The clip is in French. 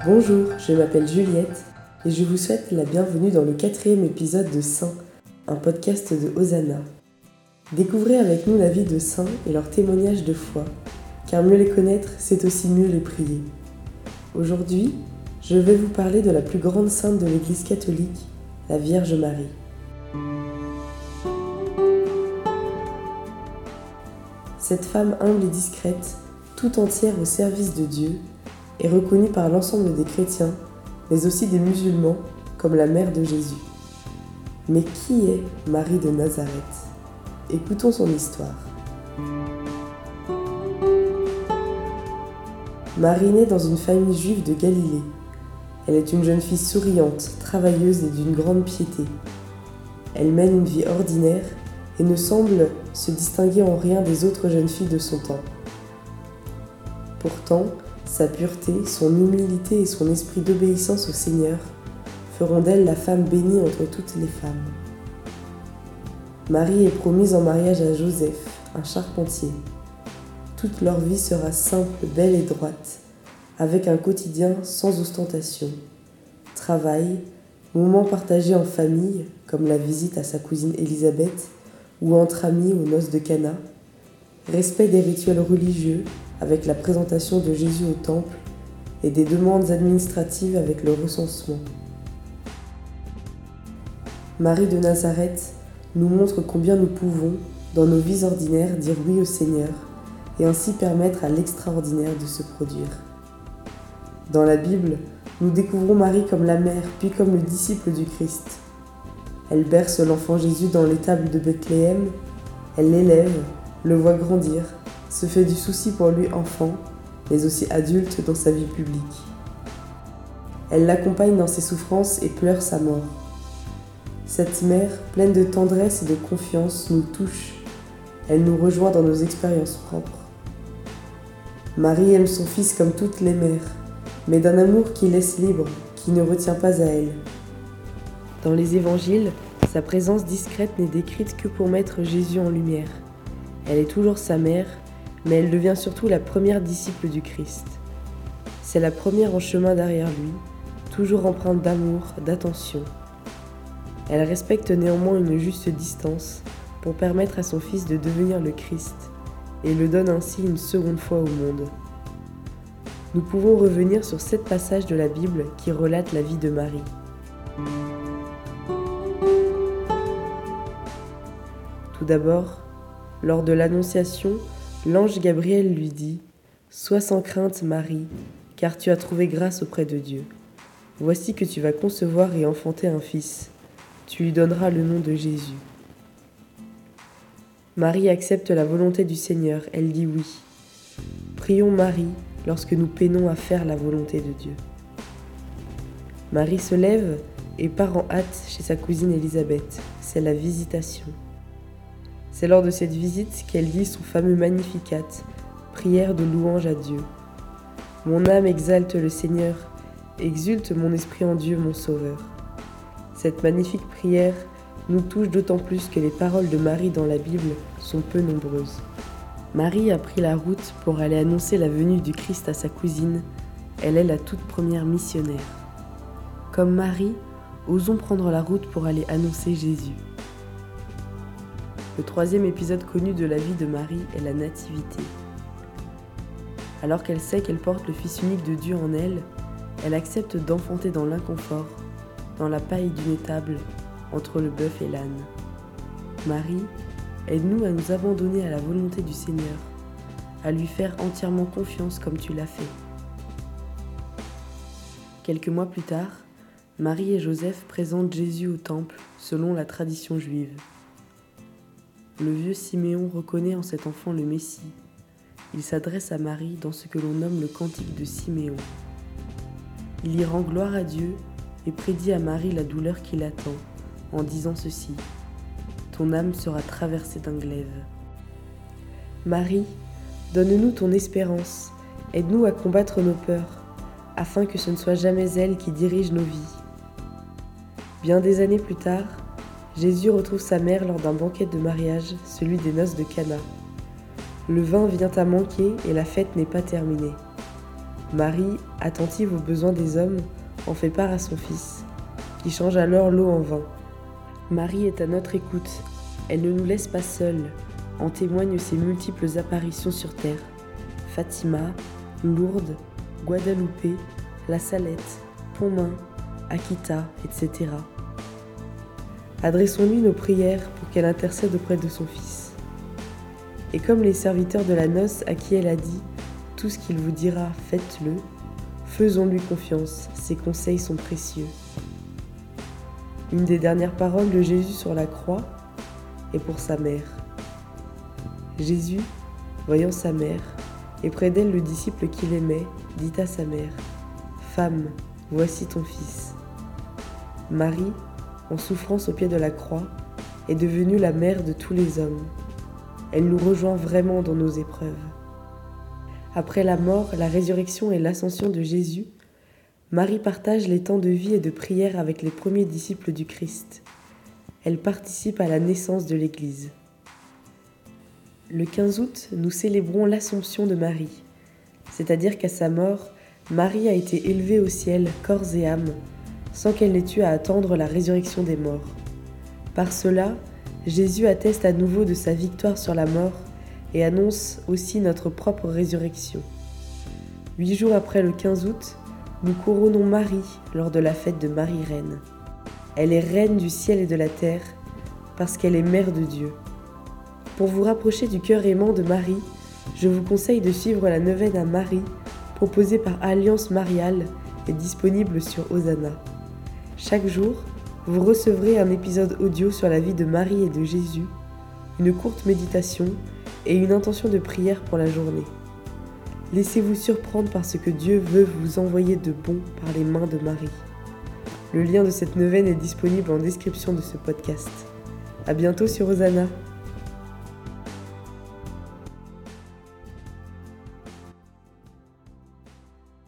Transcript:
Bonjour, je m'appelle Juliette et je vous souhaite la bienvenue dans le 4e épisode de Saints, un podcast de Hosanna. Découvrez avec nous la vie de saints et leurs témoignages de foi, car mieux les connaître, c'est aussi mieux les prier. Aujourd'hui, je vais vous parler de la plus grande sainte de l'Église catholique, la Vierge Marie. Cette femme humble et discrète, tout entière au service de Dieu, est reconnue par l'ensemble des chrétiens, mais aussi des musulmans, comme la mère de Jésus. Mais qui est Marie de Nazareth ? Écoutons son histoire. Marie naît dans une famille juive de Galilée. Elle est une jeune fille souriante, travailleuse et d'une grande piété. Elle mène une vie ordinaire et ne semble se distinguer en rien des autres jeunes filles de son temps. Pourtant, sa pureté, son humilité et son esprit d'obéissance au Seigneur feront d'elle la femme bénie entre toutes les femmes. Marie est promise en mariage à Joseph, un charpentier. Toute leur vie sera simple, belle et droite, avec un quotidien sans ostentation. Travail, moments partagés en famille, comme la visite à sa cousine Élisabeth, ou entre amis aux noces de Cana, respect des rituels religieux avec la présentation de Jésus au temple et des demandes administratives avec le recensement. Marie de Nazareth nous montre combien nous pouvons, dans nos vies ordinaires, dire oui au Seigneur et ainsi permettre à l'extraordinaire de se produire. Dans la Bible, nous découvrons Marie comme la mère, puis comme le disciple du Christ. Elle berce l'enfant Jésus dans l'étable de Bethléem, elle l'élève, le voit grandir, se fait du souci pour lui enfant, mais aussi adulte dans sa vie publique. Elle l'accompagne dans ses souffrances et pleure sa mort. Cette mère, pleine de tendresse et de confiance, nous touche. Elle nous rejoint dans nos expériences propres. Marie aime son fils comme toutes les mères, mais d'un amour qui laisse libre, qui ne retient pas à elle. Dans les évangiles, sa présence discrète n'est décrite que pour mettre Jésus en lumière. Elle est toujours sa mère, mais elle devient surtout la première disciple du Christ. C'est la première en chemin derrière lui, toujours empreinte d'amour, d'attention. Elle respecte néanmoins une juste distance pour permettre à son fils de devenir le Christ et le donne ainsi une seconde fois au monde. Nous pouvons revenir sur 7 passages de la Bible qui relatent la vie de Marie. Tout d'abord, lors de l'Annonciation, l'ange Gabriel lui dit « Sois sans crainte, Marie, car tu as trouvé grâce auprès de Dieu. Voici que tu vas concevoir et enfanter un fils. Tu lui donneras le nom de Jésus. » Marie accepte la volonté du Seigneur, elle dit oui. Prions Marie lorsque nous peinons à faire la volonté de Dieu. Marie se lève et part en hâte chez sa cousine Élisabeth. C'est la visitation. C'est lors de cette visite qu'elle lit son fameux Magnificat, prière de louange à Dieu. « Mon âme exalte le Seigneur, exulte mon esprit en Dieu mon Sauveur. » Cette magnifique prière nous touche d'autant plus que les paroles de Marie dans la Bible sont peu nombreuses. Marie a pris la route pour aller annoncer la venue du Christ à sa cousine. Elle est la toute première missionnaire. Comme Marie, osons prendre la route pour aller annoncer Jésus. Le 3e épisode connu de la vie de Marie est la Nativité. Alors qu'elle sait qu'elle porte le Fils unique de Dieu en elle, elle accepte d'enfanter dans l'inconfort, dans la paille d'une étable, entre le bœuf et l'âne. Marie, aide-nous à nous abandonner à la volonté du Seigneur, à lui faire entièrement confiance comme tu l'as fait. Quelques mois plus tard, Marie et Joseph présentent Jésus au temple selon la tradition juive. Le vieux Siméon reconnaît en cet enfant le Messie. Il s'adresse à Marie dans ce que l'on nomme le cantique de Siméon. Il y rend gloire à Dieu et prédit à Marie la douleur qui l'attend, en disant ceci : « Ton âme sera traversée d'un glaive. » Marie, donne-nous ton espérance, aide-nous à combattre nos peurs, afin que ce ne soit jamais elle qui dirige nos vies. Bien des années plus tard, Jésus retrouve sa mère lors d'un banquet de mariage, celui des noces de Cana. Le vin vient à manquer et la fête n'est pas terminée. Marie, attentive aux besoins des hommes, en fait part à son Fils, qui change alors l'eau en vin. Marie est à notre écoute, elle ne nous laisse pas seuls, en témoignent ses multiples apparitions sur terre. Fatima, Lourdes, Guadeloupe, La Salette, Pontmain, Akita, etc. Adressons-lui nos prières pour qu'elle intercède auprès de son Fils. Et comme les serviteurs de la noce à qui elle a dit « Tout ce qu'il vous dira, faites-le », faisons-lui confiance, ses conseils sont précieux. Une des dernières paroles de Jésus sur la croix est pour sa mère. Jésus, voyant sa mère, et près d'elle le disciple qu'il aimait, dit à sa mère « Femme, voici ton fils ». Marie, en souffrance au pied de la croix, est devenue la mère de tous les hommes. Elle nous rejoint vraiment dans nos épreuves. Après la mort, la résurrection et l'ascension de Jésus, Marie partage les temps de vie et de prière avec les premiers disciples du Christ. Elle participe à la naissance de l'Église. Le 15 août, nous célébrons l'Assomption de Marie, c'est-à-dire qu'à sa mort, Marie a été élevée au ciel, corps et âme, sans qu'elle n'ait eu à attendre la résurrection des morts. Par cela, Jésus atteste à nouveau de sa victoire sur la mort et annonce aussi notre propre résurrection. 8 jours après le 15 août, nous couronnons Marie lors de la fête de Marie-Reine. Elle est reine du ciel et de la terre parce qu'elle est mère de Dieu. Pour vous rapprocher du cœur aimant de Marie, je vous conseille de suivre la neuvaine à Marie proposée par Alliance Mariale et disponible sur Hosanna. Chaque jour, vous recevrez un épisode audio sur la vie de Marie et de Jésus, une courte méditation et une intention de prière pour la journée. Laissez-vous surprendre par ce que Dieu veut vous envoyer de bon par les mains de Marie. Le lien de cette neuvaine est disponible en description de ce podcast. À bientôt sur Hosanna.